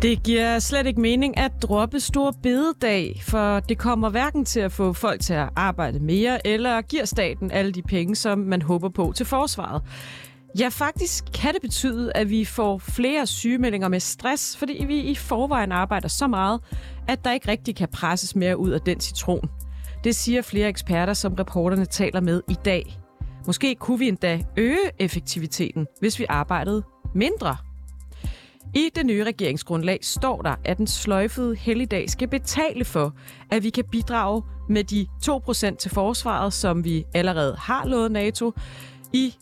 Det giver slet ikke mening at droppe store bededag, for det kommer hverken til at få folk til at arbejde mere, eller giver staten alle de penge, som man håber på til forsvaret. Ja, faktisk kan det betyde, at vi får flere sygemeldinger med stress, fordi vi i forvejen arbejder så meget, at der ikke rigtig kan presses mere ud af den citron. Det siger flere eksperter, som reporterne taler med i dag. Måske kunne vi endda øge effektiviteten, hvis vi arbejdede mindre. I det nye regeringsgrundlag står der, at den sløjfede helligdag skal betale for, at vi kan bidrage med de 2% til forsvaret, som vi allerede har lovet NATO, i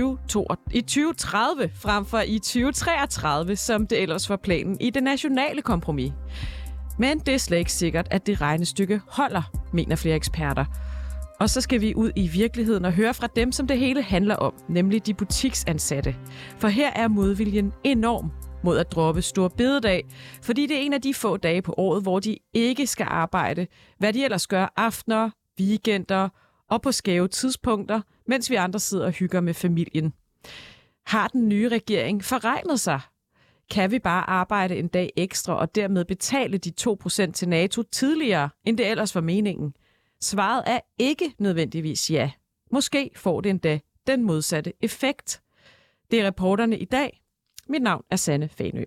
2030 frem for i 2033, som det ellers var planen i det nationale kompromis. Men det er slet ikke sikkert, at det regnestykke holder, mener flere eksperter. Og så skal vi ud i virkeligheden og høre fra dem, som det hele handler om, nemlig de butiksansatte. For her er modviljen enorm mod at droppe store bededag, fordi det er en af de få dage på året, hvor de ikke skal arbejde, hvad de ellers gør aftener, weekender og på skæve tidspunkter, mens vi andre sidder og hygger med familien. Har den nye regering forregnet sig? Kan vi bare arbejde en dag ekstra og dermed betale de 2% til NATO tidligere, end det ellers var meningen? Svaret er ikke nødvendigvis ja. Måske får det endda den modsatte effekt. Det er reporterne i dag. Mit navn er Sanne Fanø.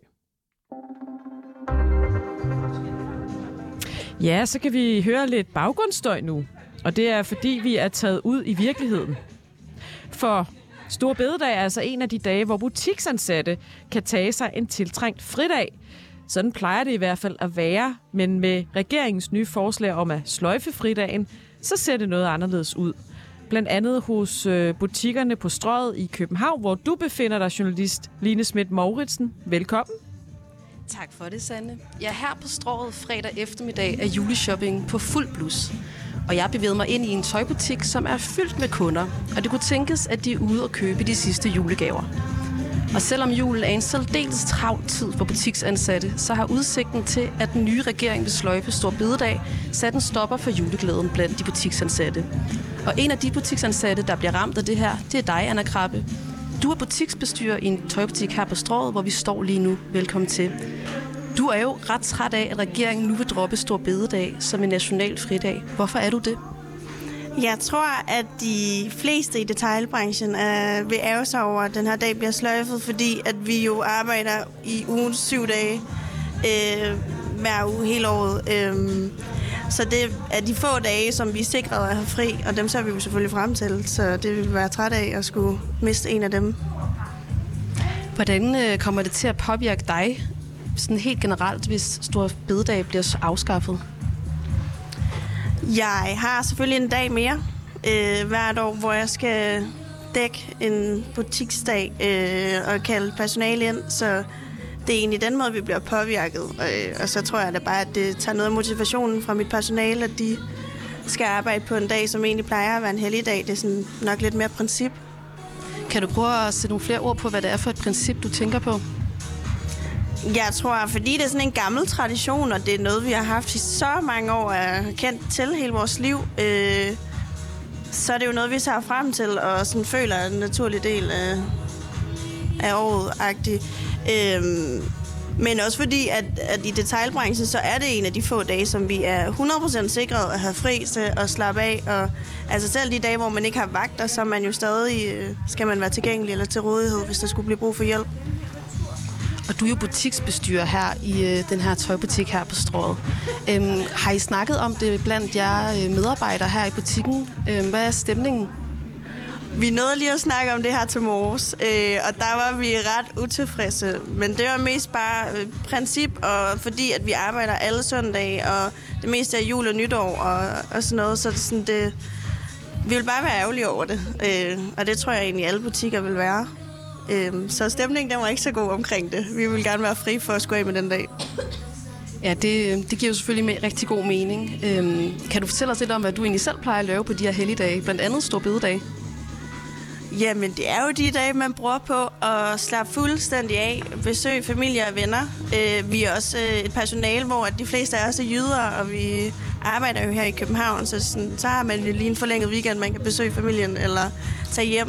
Ja, så kan vi høre lidt baggrundsstøj nu. Og det er fordi, vi er taget ud i virkeligheden. For Store Bededag er altså en af de dage, hvor butiksansatte kan tage sig en tiltrængt fridag. Sådan plejer det i hvert fald at være, men med regeringens nye forslag om at sløjfe fridagen, så ser det noget anderledes ud. Blandt andet hos butikkerne på Strøget i København, hvor du befinder dig, journalist Line Schmidt Mouritsen. Velkommen. Tak for det, Sanne. Ja, her på Strøget fredag eftermiddag er juleshopping på fuld blus. Og jeg bevægede mig ind i en tøjbutik, som er fyldt med kunder. Og det kunne tænkes, at de er ude og købe de sidste julegaver. Og selvom julen er en særdeles travl tid for butiksansatte, så har udsigten til, at den nye regering vil sløjfe Store Bededag, sat en stopper for juleglæden blandt de butiksansatte. Og en af de butiksansatte, der bliver ramt af det her, det er dig, Anna Krabbe. Du er butiksbestyrer i en tøjbutik her på Strøget, hvor vi står lige nu. Velkommen til. Du er jo ret træt af, at regeringen nu vil droppe Store Bededag som en national fridag. Hvorfor er du det? Jeg tror, at de fleste i detailbranchen vil ærge sig over, at den her dag bliver sløjfet, fordi at vi jo arbejder i ugens 7 dage hver uge hele året. Så det er de få dage, som vi er sikret at have fri, og dem ser vi jo selvfølgelig frem til. Så det vil være træt af at skulle miste en af dem. Hvordan kommer det til at påvirke dig sådan helt generelt, hvis Store Bededag bliver afskaffet? Jeg har selvfølgelig en dag mere hvert år, hvor jeg skal dække en butiksdag og kalde personale ind, så det er egentlig den måde, vi bliver påvirket. Og så tror jeg da bare, at det tager noget af motivationen fra mit personale, at de skal arbejde på en dag, som egentlig plejer at være en helligdag. Det er sådan nok lidt mere princip. Kan du prøve at sætte nogle flere ord på, hvad det er for et princip, du tænker på? Jeg tror, fordi det er sådan en gammel tradition, og det er noget, vi har haft i så mange år og er kendt til hele vores liv, så er det jo noget, vi tager frem til og sådan føler er en naturlig del af året-agtigt. Men også fordi, at i detailbranchen, så er det en af de få dage, som vi er 100% sikret at have fri til at slappe af. Og altså selv de dage, hvor man ikke har vagter, så er man jo stadig, skal man være tilgængelig eller til rådighed, hvis der skulle blive brug for hjælp. Og du er jo butiksbestyrer her i den her tøjbutik her på Strøget. Har I snakket om det blandt jer medarbejdere her i butikken? Hvad er stemningen? Vi nåede lige at snakke om det her til morges, og der var vi ret utilfredse. Men det var mest bare princip, og fordi at vi arbejder alle søndage, og det meste er jul og nytår og sådan noget, så det sådan det. Vi vil bare være ærgerlige over det, og det tror jeg egentlig alle butikker vil være. Så stemningen den var ikke så god omkring det. Vi vil gerne være fri for at skulle af med den dag. Ja, det giver jo selvfølgelig rigtig god mening. Kan du fortælle os lidt om, hvad du egentlig selv plejer at lave på de her helligdage, blandt andet Store Bededag? Jamen, det er jo de dage, man bruger på at slappe fuldstændig af, besøge familie og venner. Vi er også et personale, hvor de fleste af os er jyder, og vi arbejder jo her i København, så har man jo lige en forlænget weekend, man kan besøge familien eller tage hjem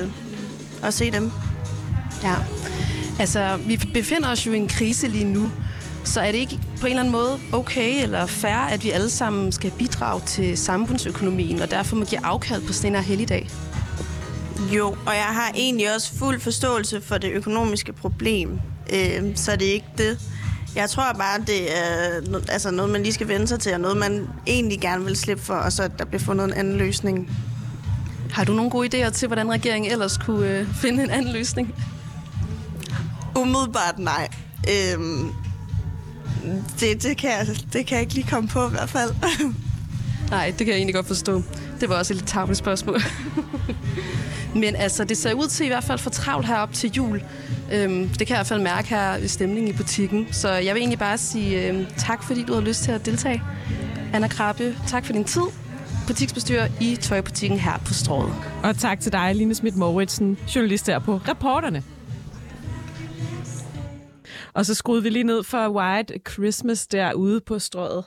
og se dem. Ja, altså vi befinder os jo i en krise lige nu, Så er det ikke på en eller anden måde okay eller fair, at vi alle sammen skal bidrage til samfundsøkonomien, og derfor må give afkald på sådan en her helligdag? Jo, og jeg har egentlig også fuld forståelse for det økonomiske problem, så det er ikke det. Jeg tror bare, det er noget, man lige skal vende sig til, og noget, man egentlig gerne vil slippe for, og så at der bliver fundet en anden løsning. Har du nogle gode idéer til, hvordan regeringen ellers kunne finde en anden løsning? Umiddelbart nej. Det kan jeg ikke lige komme på i hvert fald. Nej, det kan jeg egentlig godt forstå. Det var også et lidt tarveligt spørgsmål. Men altså, det ser ud til i hvert fald for travlt herop til jul. Det kan jeg i hvert fald mærke her i stemningen i butikken. Så jeg vil egentlig bare sige tak, fordi du har lyst til at deltage. Anna Krabbe, tak for din tid. Butiksbestyrer i Tøjbutikken her på Strøget. Og tak til dig, Line Schmidt-Mouritsen, journalist der på Reporterne. Og så skruede vi lige ned for White Christmas derude på Strøget.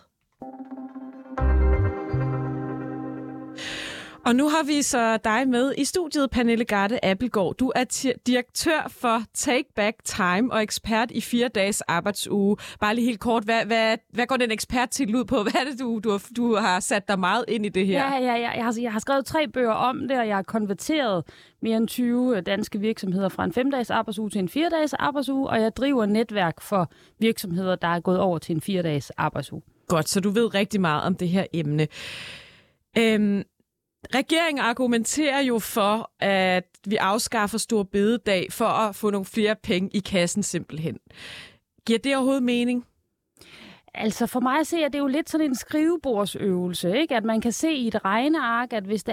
Og nu har vi så dig med i studiet, Pernille Garde Appelgaard. Du er direktør for Take Back Time og ekspert i 4 dages arbejdsuge. Bare lige helt kort, hvad går den eksperttitel ud på? Hvad er det, du har sat dig meget ind i det her? Jeg har skrevet 3 bøger om det, og jeg har konverteret mere end 20 danske virksomheder fra en 5-dages arbejdsuge til en 4-dages arbejdsuge, og jeg driver netværk for virksomheder, der er gået over til en 4-dages arbejdsuge. Godt, så du ved rigtig meget om det her emne. Regeringen argumenterer jo for, at vi afskaffer store bededag for at få nogle flere penge i kassen simpelthen. Giver det overhovedet mening? Altså for mig at se, at det er jo lidt sådan en skrivebordsøvelse, ikke? At man kan se i et regneark, at hvis det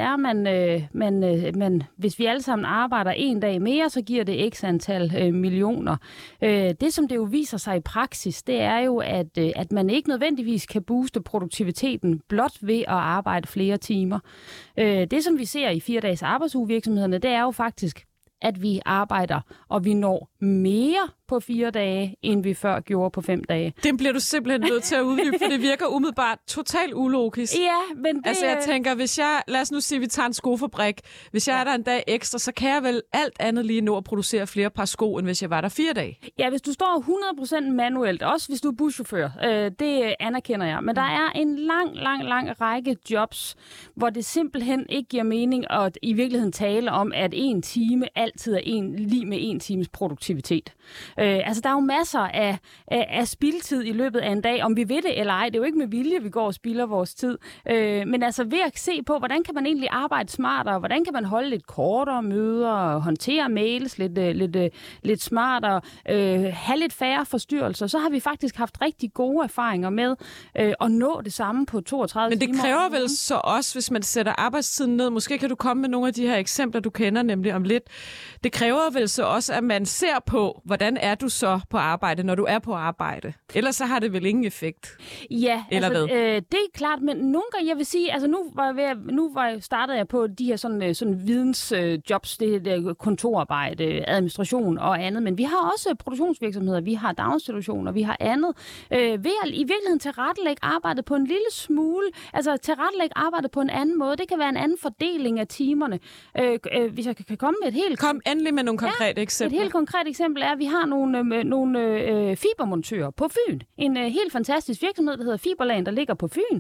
er, hvis vi alle sammen arbejder 1 dag mere, så giver det x antal millioner. Det, som det jo viser sig i praksis, det er jo, at man ikke nødvendigvis kan booste produktiviteten blot ved at arbejde flere timer. Det, som vi ser i 4-dages arbejdsugevirksomhederne, det er jo faktisk, at vi arbejder, og vi når mere på 4 dage, end vi før gjorde på 5 dage. Det bliver du simpelthen nødt til at uddybe, for det virker umiddelbart totalt ulogisk. Ja, men det... Altså jeg tænker, lad os nu sige, at vi tager en skofabrik. Hvis jeg er der en dag ekstra, så kan jeg vel alt andet lige nå at producere flere par sko, end hvis jeg var der 4 dage. Ja, hvis du står 100% manuelt, også hvis du er buschauffør, det anerkender jeg. Men der er en lang række jobs, hvor det simpelthen ikke giver mening at i virkeligheden tale om, at 1 time altid er lige med 1 times produktivitet. Altså, der er jo masser af spildtid i løbet af en dag, om vi ved det eller ej. Det er jo ikke med vilje, vi går og spilder vores tid. Men altså, ved at se på, hvordan kan man egentlig arbejde smartere? Hvordan kan man holde lidt kortere møder, håndtere mails lidt smartere, have lidt færre forstyrrelser? Så har vi faktisk haft rigtig gode erfaringer med at nå det samme på 32 timer. Men det kræver vel så også, hvis man sætter arbejdstiden ned, måske kan du komme med nogle af de her eksempler, du kender nemlig om lidt. Det kræver vel så også, at man ser på, hvordan er du så på arbejde, når du er på arbejde? Ellers så har det vel ingen effekt? Ja, eller altså, hvad? Det er klart, men nogle gange, jeg vil sige, altså startede jeg på de her sådan vidensjobs, det der kontorarbejde, administration og andet, men vi har også produktionsvirksomheder, vi har daginstitutioner, vi har andet. Ved at i virkeligheden tilrettelægge arbejdet på en lille smule, altså tilrettelægge arbejdet på en anden måde, det kan være en anden fordeling af timerne. Hvis jeg kan komme med et helt... Kom endelig med nogle konkrete eksempler. Et helt konkret eksempel er, at vi har nogle fibermontører på Fyn. En helt fantastisk virksomhed, der hedder Fiberland, der ligger på Fyn.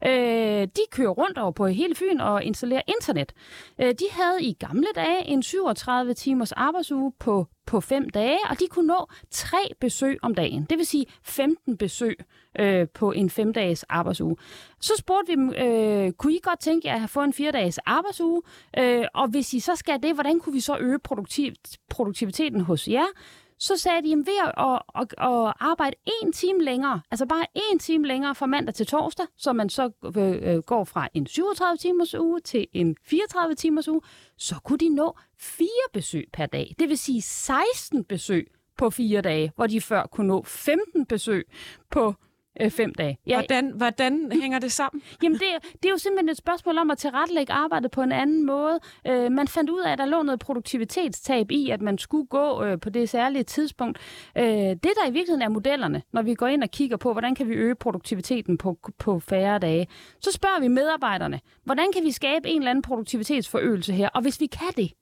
De kører rundt over på hele Fyn og installerer internet. De havde i gamle dage en 37 timers arbejdsuge på 5 dage, og de kunne nå 3 besøg om dagen. Det vil sige 15 besøg på en 5-dages arbejdsuge. Så spurgte vi dem, kunne I godt tænke jer at få en 4-dages arbejdsuge? Og hvis I så skal det, hvordan kunne vi så øge produktiviteten hos jer? Så sagde de, ved at arbejde 1 time længere, altså bare 1 time længere fra mandag til torsdag, så man så går fra en 37-timers uge til en 34-timers uge, så kunne de nå 4 besøg per dag. Det vil sige 16 besøg på 4 dage, hvor de før kunne nå 15 besøg på 5 dage. Ja. Hvordan hænger det sammen? Jamen, det er jo simpelthen et spørgsmål om at tilrettelægge arbejdet på en anden måde. Man fandt ud af, at der lå noget produktivitetstab i, at man skulle gå på det særlige tidspunkt. Det, der i virkeligheden er modellerne, når vi går ind og kigger på, hvordan kan vi øge produktiviteten på færre dage, så spørger vi medarbejderne, hvordan kan vi skabe en eller anden produktivitetsforøgelse her? Og hvis vi kan det,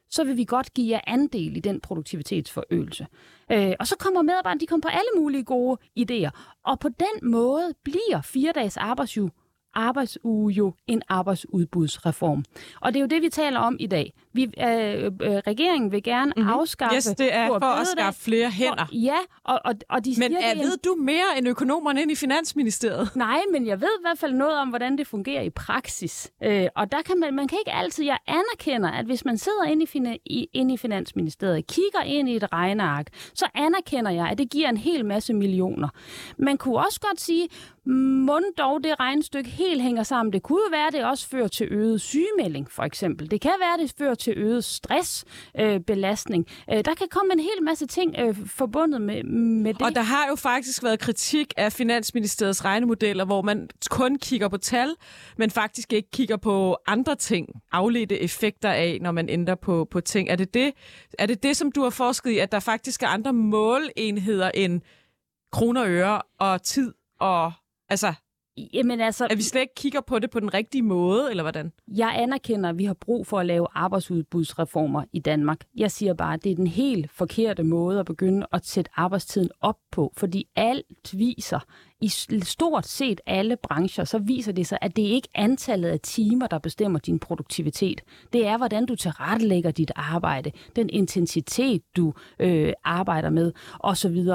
så vil vi godt give jer andel i den produktivitetsforøgelse. Og så kommer medarbejderne, de kommer på alle mulige gode idéer. Og på den måde bliver 4-dages arbejdsuge jo en arbejdsudbudsreform. Og det er jo det, vi taler om i dag. Regeringen vil gerne afskaffe... Yes, det er for at skaffe flere hænder. Ja, og de siger... Men ved du mere end økonomerne inde i Finansministeriet? Nej, men jeg ved i hvert fald noget om, hvordan det fungerer i praksis. Og der kan man kan ikke altid... Jeg anerkender, at hvis man sidder inde i Finansministeriet, kigger ind i et regneark, så anerkender jeg, at det giver en hel masse millioner. Man kunne også godt sige, mon dog det regnestykke helt hænger sammen. Det kunne jo være, at det også fører til øget sygemelding, for eksempel. Det kan være, at det fører til øget stressbelastning. Der kan komme en hel masse ting forbundet med det. Og der har jo faktisk været kritik af Finansministeriets regnemodeller, hvor man kun kigger på tal, men faktisk ikke kigger på andre ting, afledte effekter af, når man ændrer på ting. Er det det, som du har forsket i, at der faktisk er andre målenheder end kroner og øre og tid og... Jamen altså, at vi slet ikke kigger på det på den rigtige måde, eller hvordan? Jeg anerkender, at vi har brug for at lave arbejdsudbudsreformer i Danmark. Jeg siger bare, at det er den helt forkerte måde at begynde at sætte arbejdstiden op på, fordi alt viser, i stort set alle brancher, så viser det sig, at det ikke er antallet af timer, der bestemmer din produktivitet. Det er, hvordan du tilrettelægger dit arbejde, den intensitet, du arbejder med, osv.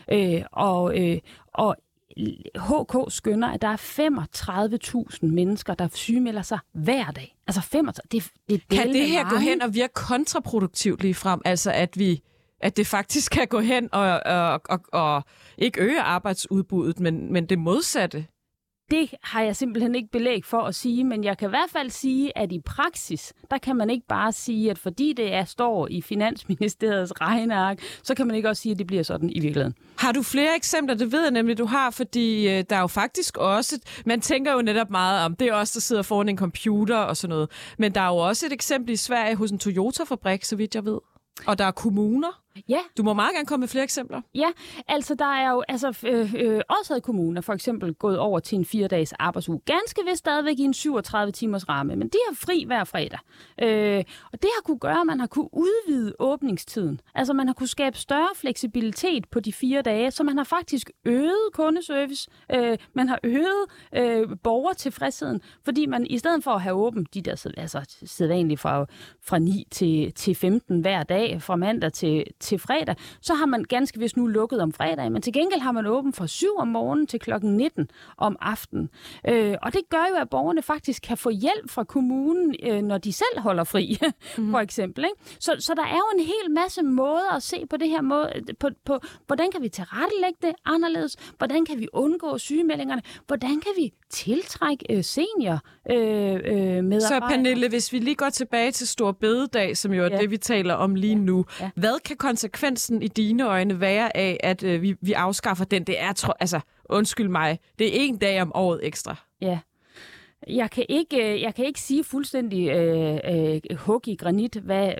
Og HK skønner, at der er 35.000 mennesker, der sygemelder sig hver dag. Altså 35. Kan det her gå hen og virke kontraproduktivt lige frem? Altså at det faktisk kan gå hen og ikke øge arbejdsudbuddet, men det modsatte? Det har jeg simpelthen ikke belæg for at sige, men jeg kan i hvert fald sige, at i praksis, der kan man ikke bare sige, at fordi det står i Finansministeriets regneark, så kan man ikke også sige, at det bliver sådan i virkeligheden. Har du flere eksempler? Det ved jeg nemlig, du har, fordi der er jo faktisk også... Man tænker jo netop meget om, det er os, der sidder foran en computer og sådan noget. Men der er jo også et eksempel i Sverige hos en Toyota-fabrik, så vidt jeg ved. Og der er kommuner. Ja. Du må meget gerne komme med flere eksempler. Ja, altså der er jo, Odsherred Kommune er for eksempel gået over til en 4-dages arbejdsuge. Ganske vist stadigvæk i en 37-timers ramme, men de har fri hver fredag. Og det har kunne gøre, at man har kunne udvide åbningstiden. Altså man har kunne skabe større fleksibilitet på de 4 dage, så man har faktisk øget kundeservice, man har øget borgertilfredsheden, fordi man i stedet for at have åbent de der sædvanligt fra 9 til 15 hver dag, fra mandag til fredag, så har man ganske vist nu lukket om fredag, men til gengæld har man åbent fra 7 om morgenen til klokken 19 om aftenen. Og det gør jo, at borgerne faktisk kan få hjælp fra kommunen, når de selv holder fri, for eksempel. Ikke? Så der er jo en hel masse måder at se på det her måde, på hvordan kan vi tilrettelægge det anderledes, hvordan kan vi undgå sygemeldingerne, hvordan kan vi tiltrække senior medarbejdere. Så Pernille, hvis vi lige går tilbage til Store Bededag, som jo er det, vi taler om lige nu. Ja. Hvad kan konsekvensen i dine øjne være af, at vi afskaffer den? Det er, undskyld mig, det er 1 dag om året ekstra. Ja. Jeg kan ikke sige fuldstændig hug i granit,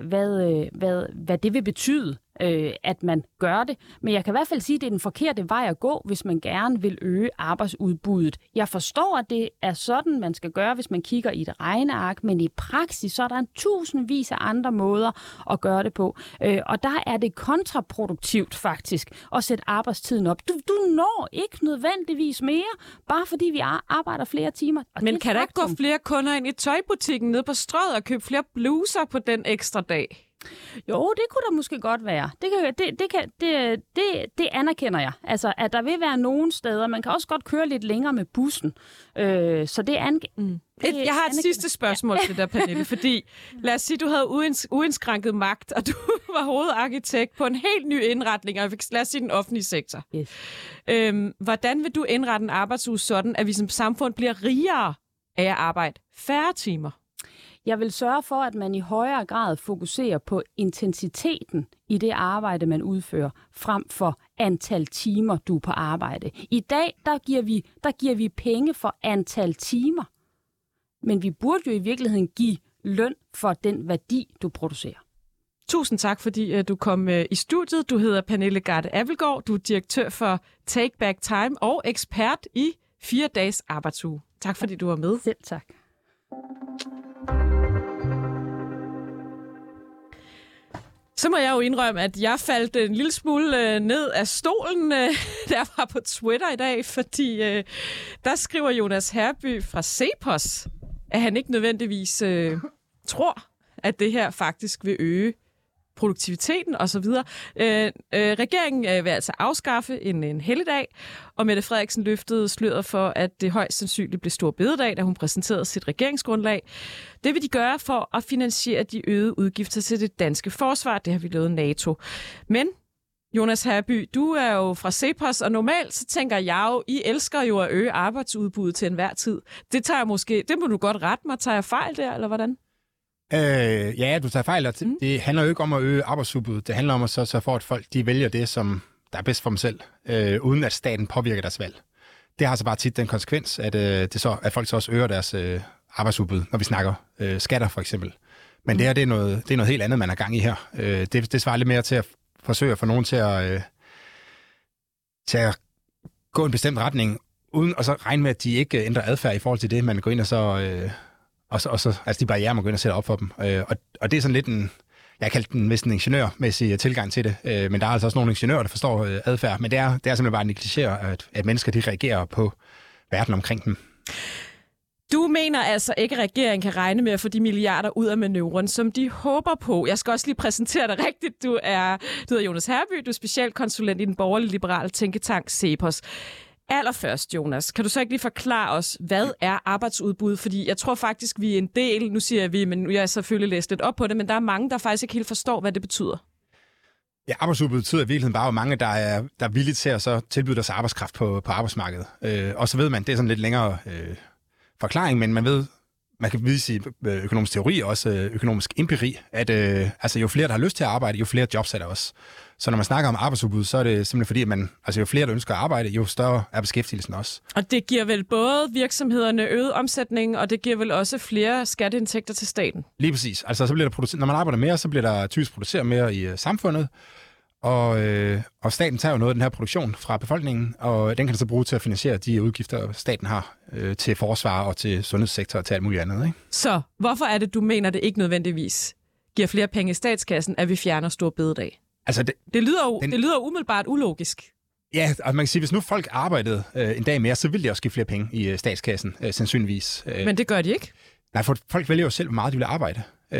hvad det vil betyde, at man gør det. Men jeg kan i hvert fald sige, at det er den forkerte vej at gå, hvis man gerne vil øge arbejdsudbuddet. Jeg forstår, at det er sådan, man skal gøre, hvis man kigger i et regneark, men i praksis, så er der tusindvis af andre måder at gøre det på. Og der er det kontraproduktivt faktisk at sætte arbejdstiden op. Du når ikke nødvendigvis mere, bare fordi vi arbejder flere timer. Men kan der ikke gå flere kunder ind i tøjbutikken nede på Strøget og købe flere bluser på den ekstra dag? Jo, det kunne der måske godt være. Det anerkender jeg. Altså, at der vil være nogle steder. Man kan også godt køre lidt længere med bussen. Så det er... Jeg har et sidste spørgsmål til dig, Pernille, fordi lad os sige, du havde uindskrænket magt, og du var hovedarkitekt på en helt ny indretning, og lad os sige den offentlige sektor. Yes. Hvordan vil du indrette en arbejdsuge sådan, at vi som samfund bliver rigere af at arbejde færre timer? Jeg vil sørge for, at man i højere grad fokuserer på intensiteten i det arbejde, man udfører, frem for antal timer, du er på arbejde. I dag, der giver vi penge for antal timer. Men vi burde jo i virkeligheden give løn for den værdi, du producerer. Tusind tak, fordi du kom i studiet. Du hedder Pernille Garde Abildgaard. Du er direktør for Take Back Time og ekspert i 4 dages arbejdsuge. Tak, fordi du var med. Selv tak. Så må jeg jo indrømme, at jeg faldt en lille smule ned af stolen, der var på Twitter i dag, fordi der skriver Jonas Herby fra Cepos, at han ikke nødvendigvis tror, at det her faktisk vil øge produktiviteten osv. Regeringen vil altså afskaffe en helligdag, og Mette Frederiksen løftede sløret for, at det højst sandsynligt blev stor bededag, da hun præsenterede sit regeringsgrundlag. Det vil de gøre for at finansiere de øgede udgifter til det danske forsvar. Det har vi lovet NATO. Men Jonas Herby, du er jo fra Cepos, og normalt så tænker jeg jo, I elsker jo at øge arbejdsudbuddet til enhver tid. Det må du godt rette mig. Tager jeg fejl der, eller hvordan? Ja, du tager fejl. Det handler jo ikke om at øge arbejdsudbuddet. Det handler om at så for, at folk de vælger det, som der er bedst for dem selv, uden at staten påvirker deres valg. Det har så bare tit den konsekvens, at folk så også øger deres arbejdsudbud, når vi snakker skatter for eksempel. Men det er noget helt andet, man har gang i her. Det svarer lidt mere til at forsøge at få nogen til at gå en bestemt retning, uden at så regne med, at de ikke ændrer adfærd i forhold til det, man går ind og så altså de barrierer, man går ind og sætter op for dem. Og det er sådan lidt jeg kalder den næsten ingeniørmæssig tilgang til det, men der er altså også nogle ingeniører, der forstår adfærd, men det er simpelthen bare at negligere, at mennesker de reagerer på verden omkring dem. Du mener altså ikke, at regeringen kan regne med at få de milliarder ud af manøvren, som de håber på. Jeg skal også lige præsentere dig rigtigt. Du hedder Jonas Herby, du er specialkonsulent i den borgerlige liberale tænketank Cepos. Allerførst, Jonas, kan du så ikke lige forklare os, hvad er arbejdsudbud? Fordi jeg tror faktisk, vi er en del, nu siger jeg vi, men jeg har selvfølgelig læst lidt op på det, men der er mange, der faktisk ikke helt forstår, hvad det betyder. Ja, arbejdsudbud betyder i virkeligheden bare, at mange, der er villige til at så tilbyde deres arbejdskraft på arbejdsmarkedet. Og så ved man, det er sådan lidt længere forklaring, men man kan vise i økonomisk teori og også økonomisk empiri, at altså, jo flere, der har lyst til at arbejde, jo flere jobs er der også. Så når man snakker om arbejdsudbud, så er det simpelthen fordi, at jo flere, der ønsker at arbejde, jo større er beskæftigelsen også. Og det giver vel både virksomhederne øget omsætning, og det giver vel også flere skatteindtægter til staten? Lige præcis. Altså, så bliver der produceret, når man arbejder mere, så bliver der typisk produceret mere i samfundet, og staten tager jo noget af den her produktion fra befolkningen, og den kan så bruge til at finansiere de udgifter, staten har til forsvar og til sundhedssektor og til alt muligt andet. Ikke? Så hvorfor er det, du mener, det ikke nødvendigvis giver flere penge i statskassen, at vi fjerner stor bededag? Altså det lyder umiddelbart ulogisk. Ja, og man kan sige, hvis nu folk arbejdede en dag mere, så ville de også give flere penge i statskassen, sandsynligvis. Men det gør de ikke? Nej, for folk vælger jo selv, hvor meget de vil arbejde.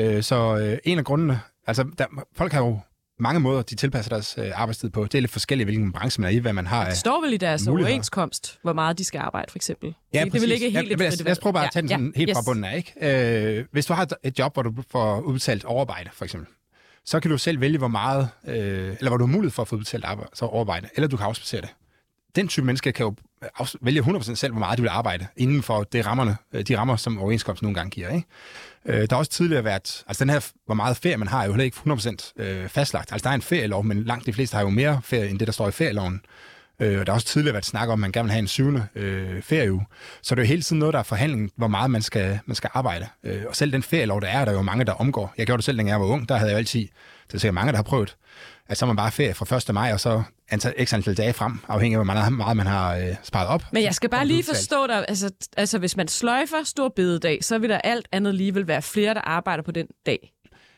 Så en af grundene, altså folk har jo mange måder, de tilpasser deres arbejdstid på. Det er lidt forskelligt, hvilken branche man er i, hvad man har. Det står vel i deres overenskomst, hvor meget de skal arbejde, for eksempel. Ja, det vil ikke helt lad os prøve bare at tage den sådan helt fra bunden af, ikke? Hvis du har et job, hvor du får udbetalt overarbejde, for eksempel, så kan du selv vælge, hvor meget, eller hvor du har mulighed for at få udbetalt overarbejde, eller du kan afspacere det. Den type mennesker kan jo vælge 100% selv, hvor meget de vil arbejde, inden for de rammer, som overenskomst nogle gange giver. Ikke? Der har også tidligere været, altså den her, hvor meget ferie man har, er jo heller ikke 100% fastlagt. Altså der er en ferielov, men langt de fleste har jo mere ferie, end det, der står i ferieloven. Der har også tidligere været snak om, at man gerne vil have en 7. ferieuge. Så det er jo hele tiden noget, der er forhandling, hvor meget man skal arbejde. Og selv den ferielov, der er jo mange, der omgår. Jeg gjorde det selv, da jeg var ung. Der havde jeg altid, det er sikkert mange, der har prøvet, at så er man bare ferie fra 1. maj, og så antal dage frem, afhængig af, hvor meget man har sparet op. Men jeg skal bare lige forstå dig, altså hvis man sløjfer stor bededag, så vil der alt andet alligevel være flere, der arbejder på den dag.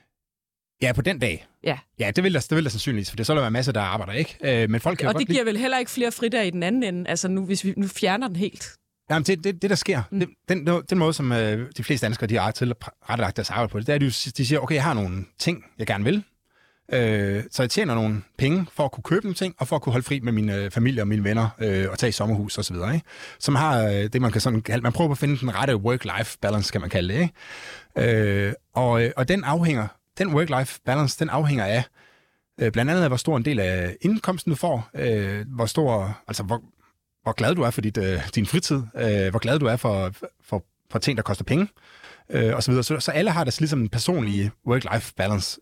Ja, på den dag. Ja, det vil der sandsynligvis, for det så vil der være masser, der arbejder, ikke? Men folk kan og det giver vel heller ikke flere fridage i den anden ende, altså nu, hvis vi nu fjerner den helt. Jamen, det der sker, den måde, som de fleste danskere, de har rettelagt deres arbejde på, det er, at de siger, okay, jeg har nogle ting, jeg gerne vil, så jeg tjener nogle penge for at kunne købe nogle ting, og for at kunne holde fri med min familie og mine venner, og tage i sommerhus og så videre, ikke? Som har det, man kan sådan kalde, man prøver at finde den rette work-life balance, kan man kalde det, ikke? Og den work-life balance, den afhænger af blandt andet af, hvor stor en del af indkomsten du får, hvor glad du er for din fritid, hvor glad du er for ting, der koster penge, og så videre. Så alle har deres ligesom en personlige work-life balance.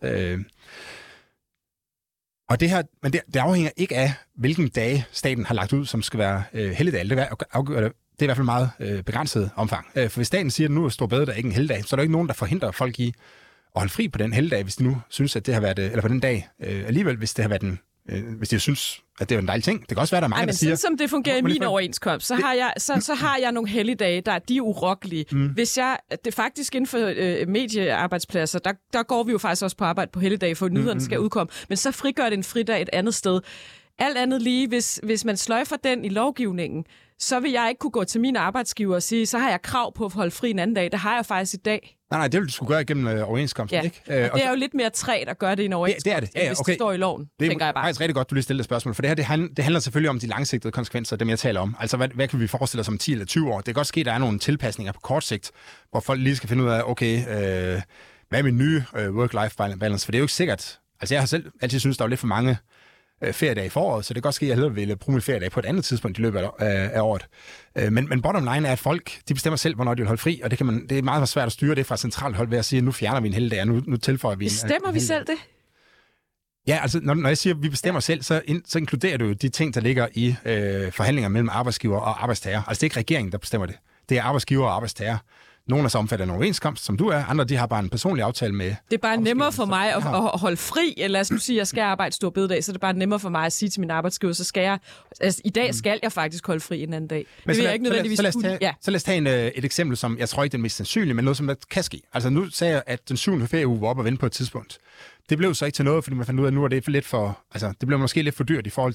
Og det her, men det afhænger ikke af, hvilken dage staten har lagt ud, som skal være helligdag. Det er i hvert fald meget begrænset omfang. For hvis staten siger, at nu er stor bededag ikke en helligdag, så er der ikke nogen, der forhindrer folk i at holde fri på den helligdag, hvis de nu synes, at det har været, eller på den dag alligevel, hvis det har været hvis de synes, at det er en dejlig ting. Det kan også være, der er mange, der siger... Sådan som det fungerer i min overenskomst, så har jeg nogle helligdage, de er urokkelige. Hvis det faktisk inden for mediearbejdspladser, der går vi jo faktisk også på arbejde på helligdage, for nyhederne skal udkomme. Men så frigør det en fridag et andet sted. Alt andet lige, hvis man sløjfer den i lovgivningen, så vil jeg ikke kunne gå til mine arbejdsgiver og sige, så har jeg krav på at holde fri en anden dag. Det har jeg faktisk i dag. Nej, det vil du skulle gøre igennem overenskomsten, ikke? Og det er jo lidt mere træt at gøre det i en overenskomst, det er det. Hvis det står i loven, tænker jeg bare. Det er faktisk rigtig godt, du lige stiller det spørgsmål, for det her, det handler selvfølgelig om de langsigtede konsekvenser, dem jeg taler om. Altså, hvad kan vi forestille os om 10 eller 20 år? Det kan godt ske, at der er nogle tilpasninger på kort sigt, hvor folk lige skal finde ud af, okay, hvad er min nye work-life balance? For det er jo ikke sikkert. Altså, jeg har selv altid synes, der er lidt for mange feriedage i foråret, så det kan godt ske, at jeg hellere vil bruge min feriedag på et andet tidspunkt i løbet af året. Men bottom line er, at folk de bestemmer selv, hvornår de vil holde fri, og det er meget svært at styre det fra centralt hold ved at sige, at nu fjerner vi en helligdag, og nu tilføjer vi en Bestemmer vi selv det? Ja, altså når jeg siger, at vi bestemmer selv, så inkluderer det jo de ting, der ligger i forhandlinger mellem arbejdsgiver og arbejdstager. Altså det er ikke regeringen, der bestemmer det. Det er arbejdsgiver og arbejdstager. Nogle er så omfattet af en overenskomst, som du er. Andre, de har bare en personlig aftale med... Det er bare nemmere for mig at holde fri. Eller lad os nu sige, at jeg skal arbejde stor bededag, så er det bare nemmere for mig at sige til min arbejdsgiver, så skal jeg... Altså, i dag skal jeg faktisk holde fri en anden dag. Men så lad os tage et eksempel, som jeg tror ikke er det mest sandsynlige, men noget, som der kan ske. Altså nu sagde jeg, at den 7. ferieuge var op og vente på et tidspunkt. Det blev så ikke til noget, fordi man fandt ud af, at nu er det for lidt for... Altså, det blev måske lidt for dyrt i forhold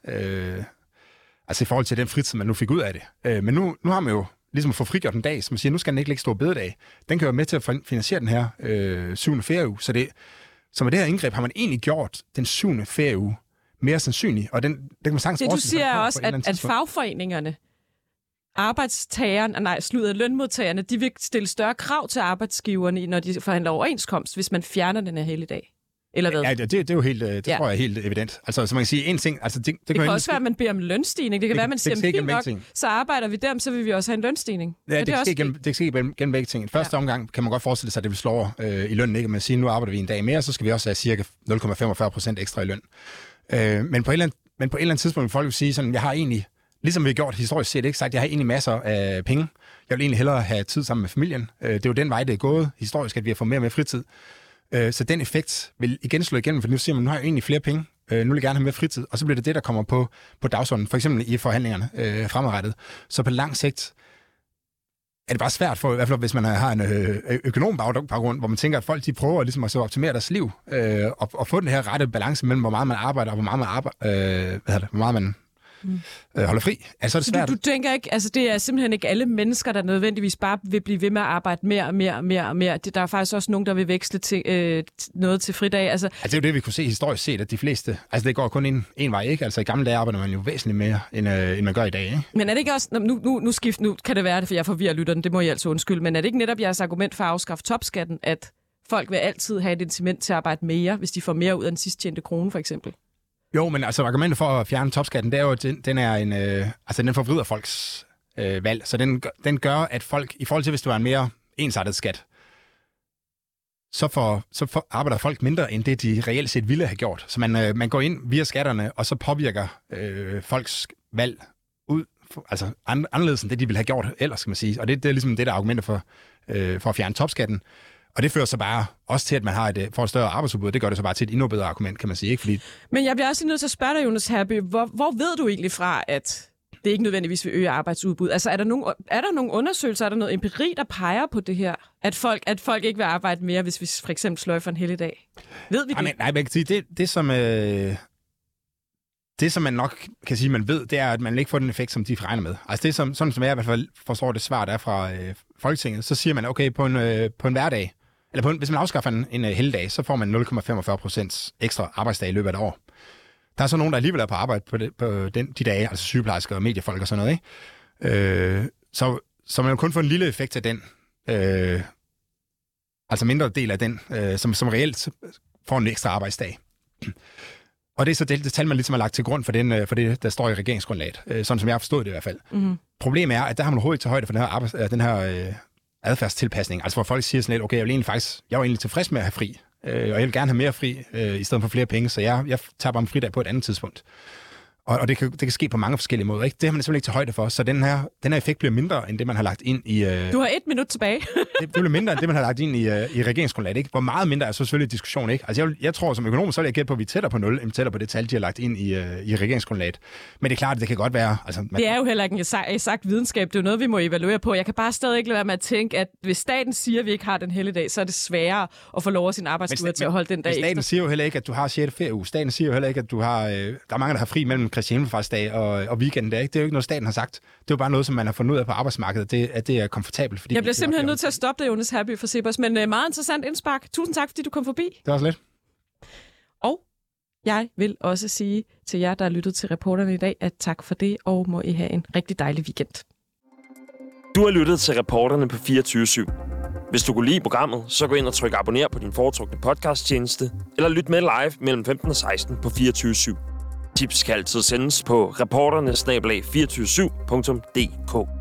til den fritid, man nu fik ud af det. Men nu har man jo ligesom at få frigjort en dag, som man siger, nu skal den ikke ligge stor bededag. Den kan være med til at finansiere den her 7. ferieuge. Så med det her indgreb har man egentlig gjort den 7. ferieuge mere sandsynlig. Og den kan man sagtens du siger også, at fagforeningerne, lønmodtagerne, de vil stille større krav til arbejdsgiverne, når de forhandler overenskomst, hvis man fjerner den her helligdag. Eller hvad? Ja, det er jo helt, tror jeg er helt evident. Altså, så man kan sige en ting... Altså, det kan også være, at man beder om lønstigning. Det kan være, at man siger, fint nok, så arbejder vi dem, så vil vi også have en lønstigning. Ja, det kan ske gennem begge ting. Første omgang kan man godt forestille sig, at det vil slå over i lønnen, ikke? Man siger, nu arbejder vi en dag mere, så skal vi også have cirka 0,45% ekstra i løn. Men på et eller andet tidspunkt vil folk vil sige, sådan, jeg har egentlig, ligesom vi har gjort historisk set, ikke sagt, jeg har egentlig masser af penge. Jeg vil egentlig hellere have tid sammen med familien. Det er jo den vej, det er gået historisk, at vi har fået mere med fritid. Så den effekt vil igen slå igennem, for nu siger man, nu har jeg egentlig flere penge, nu vil jeg gerne have mere fritid, og så bliver det, der kommer på dagsordenen, for eksempel i forhandlingerne fremadrettet. Så på lang sigt er det bare svært for, i hvert fald hvis man har en økonombaggrund, hvor man tænker, at folk de prøver ligesom at så optimere deres liv, og få den her rette balance mellem, hvor meget man arbejder, og hvor meget man holder fri. Altså, det er svært. Du tænker ikke, altså det er simpelthen ikke alle mennesker, der nødvendigvis bare vil blive ved med at arbejde mere og mere. Der er faktisk også nogen, der vil veksle til noget til fridag. Altså det er jo det, vi kunne se historisk set, at de fleste, altså det går kun en vej, ikke? Altså i gamle dage arbejder man jo væsentligt mere, end man gør i dag, ikke? Men er det ikke også, nu kan det være det, for jeg forvirrer lytteren, det må jeg altså undskylde, men er det ikke netop jeres argument for at afskaffe topskatten, at folk vil altid have et incitament til at arbejde mere, hvis de får mere ud af den sidst tjente krone, for eksempel? Jo, men altså argumentet for at fjerne topskatten, det er jo, at den forvrider folks valg. Så den gør, at folk, i forhold til hvis du er en mere ensartet skat, så arbejder folk mindre, end det de reelt set ville have gjort. Så man går ind via skatterne, og så påvirker folks valg ud, altså anderledes end det, de ville have gjort ellers, skal man sige. Og det er ligesom det, der er argumenter for at fjerne topskatten. Og det fører så bare også til, at man har et større arbejdsudbud. Det gør det så bare til et endnu bedre argument, kan man sige. Ikke? Fordi... Men jeg bliver også nødt til at spørge dig, Jonas Herby, hvor ved du egentlig fra, at det ikke nødvendigvis vil øge arbejdsudbud? Altså er der nogle undersøgelser, er der noget empiri, der peger på det her? At folk ikke vil arbejde mere, hvis vi for eksempel sløjfer en helligdag? Ved vi det? Nej, man kan sige, det som man nok kan sige, man ved, det er, at man ikke får den effekt, som de regner med. Altså det sådan som jeg i hvert fald forstår det svar, der er fra Folketinget, så siger man, okay, på en hverdag, eller hvis man afskaffer en helligdag, så får man 0,45% ekstra arbejdsdag i løbet af et år. Der er så nogen, der alligevel er på arbejde på de dage, altså sygeplejersker og mediefolk og sådan noget, ikke? Så man jo kun får en lille effekt af den, altså mindre del af den, som reelt får en ekstra arbejdsdag. Og det er så det tal, man ligesom har lagt til grund for det, der står i regeringsgrundlaget, sådan som jeg har forstået det i hvert fald. Mm-hmm. Problemet er, at der har man overhovedet til højde for den her adfærdstilpasning. Altså hvor folk siger sådan lidt, okay, jeg var egentlig tilfreds med at have fri, og jeg vil gerne have mere fri, i stedet for flere penge, så jeg tager bare en fridag på et andet tidspunkt. Og det kan ske på mange forskellige måder. Ikke? Det har man simpelthen ikke til højde for. Så den her effekt bliver mindre, end det, man har lagt ind i... Du har 1 minut tilbage. det bliver mindre, end det, man har lagt ind i regeringsgrundlaget. Ikke? Hvor meget mindre er så selvfølgelig diskussion. Ikke? Altså, jeg tror, som økonom, så vil jeg gætte på, at vi er tættere på 0, end tættere på det tal, de har lagt ind i regeringsgrundlaget. Men det er klart, at det kan godt være... Altså, det er jo heller ikke en eksakt videnskab. Det er jo noget, vi må evaluere på. Jeg kan bare stadig ikke lade være med at tænke, at hvis staten siger, at vi ikke har den helligdag, så er det sværere at få lov af sin arbejdsgiver til at holde den dag ekstra. Staten siger jo heller ikke, at du har 6. ferieuge. Staten siger jo heller ikke, at du har... der er mange, der har fri mellem Kristi himmelfartsdag og weekenden. Det er jo ikke noget, staten har sagt. Det er jo bare noget, som man har fundet ud af på arbejdsmarkedet, at det er komfortabelt. Fordi jeg bliver simpelthen nødt til at stoppe dig, Jonas Herby fra Cepos, men meget interessant indspark. Tusind tak, fordi du kom forbi. Det var også lidt. Og jeg vil også sige til jer, der har lyttet til reporterne i dag, at tak for det, og må I have en rigtig dejlig weekend. Du har lyttet til reporterne på 24/7. Hvis du kunne lide programmet, så gå ind og tryk abonner på din foretrukne podcasttjeneste, eller lyt med live mellem 15 og 16 på 24/7. Tips kan altid sendes på reporterne@247.dk.